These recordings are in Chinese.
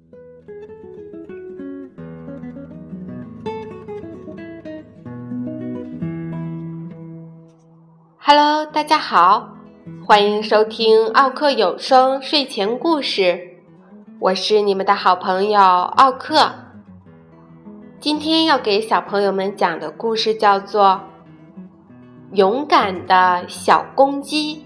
Hello， 大家好，欢迎收听奥克有声睡前故事，我是你们的好朋友奥克。今天要给小朋友们讲的故事叫做《勇敢的小公鸡》。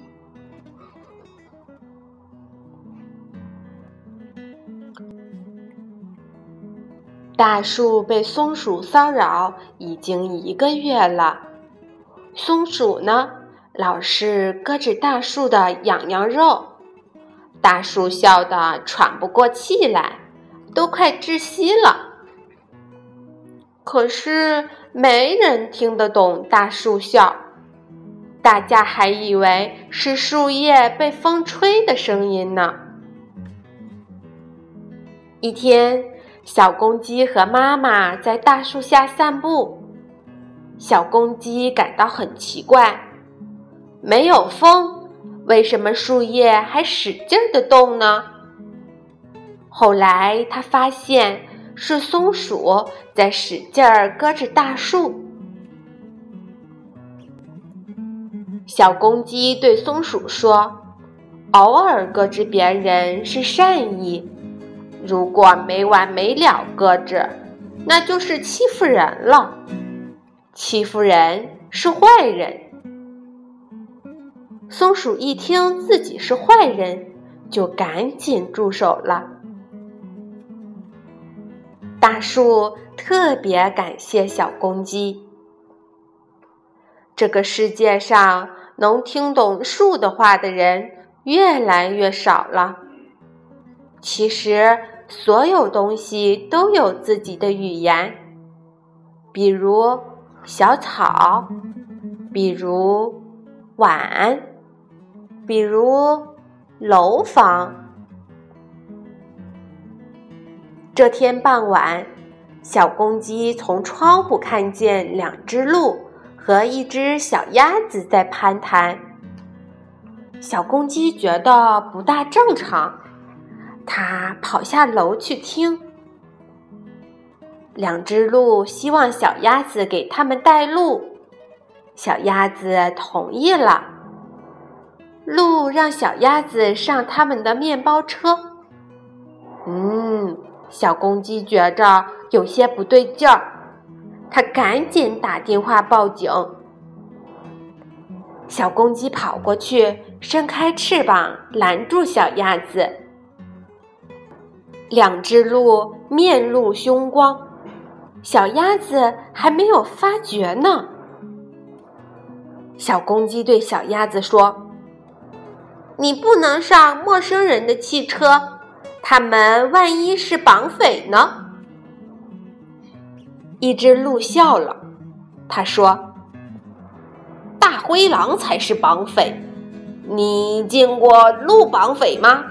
大树被松鼠骚扰已经1个月了，松鼠呢，老是搁置大树的痒痒肉，大树笑得喘不过气来，都快窒息了。可是没人听得懂大树笑，大家还以为是树叶被风吹的声音呢。一天，小公鸡和妈妈在大树下散步，小公鸡感到很奇怪，没有风，为什么树叶还使劲地动呢？后来他发现是松鼠在使劲搁置大树。小公鸡对松鼠说，偶尔搁置别人是善意，如果没完没了搁置，那就是欺负人了，欺负人是坏人。松鼠一听自己是坏人，就赶紧住手了。大树特别感谢小公鸡。这个世界上能听懂树的话的人越来越少了。其实所有东西都有自己的语言，比如小草，比如晚安，比如楼房。这天傍晚，小公鸡从窗户看见2只鹿和1只小鸭子在攀谈。小公鸡觉得不大正常，它跑下楼去听。2只鹿希望小鸭子给它们带路，小鸭子同意了。鹿让小鸭子上他们的面包车。小公鸡觉着有些不对劲儿，它赶紧打电话报警。小公鸡跑过去，伸开翅膀拦住小鸭子。2只鹿面露凶光，小鸭子还没有发觉呢。小公鸡对小鸭子说，你不能上陌生人的汽车，他们万一是绑匪呢？1只鹿笑了，他说，大灰狼才是绑匪，你见过鹿绑匪吗？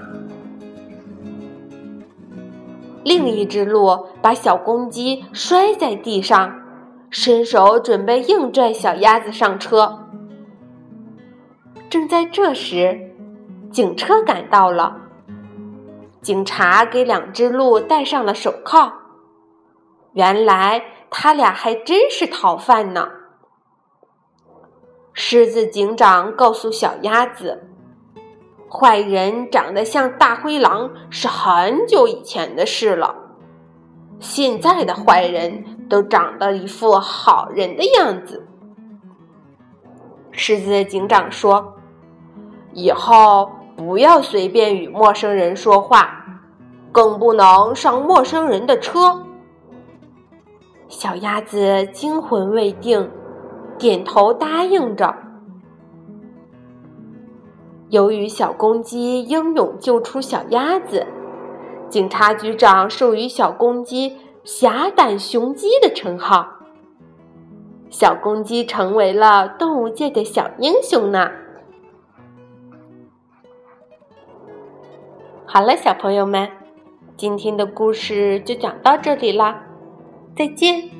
另1只鹿把小公鸡摔在地上，伸手准备硬拽小鸭子上车。正在这时，警车赶到了，警察给2只鹿戴上了手铐。原来他俩还真是逃犯呢。狮子警长告诉小鸭子，坏人长得像大灰狼是很久以前的事了，现在的坏人都长得一副好人的样子。狮子警长说，以后不要随便与陌生人说话，更不能上陌生人的车。小鸭子惊魂未定，点头答应着。由于小公鸡英勇救出小鸭子，警察局长授予小公鸡侠胆雄鸡的称号。小公鸡成为了动物界的小英雄呢。好了，小朋友们，今天的故事就讲到这里啦，再见。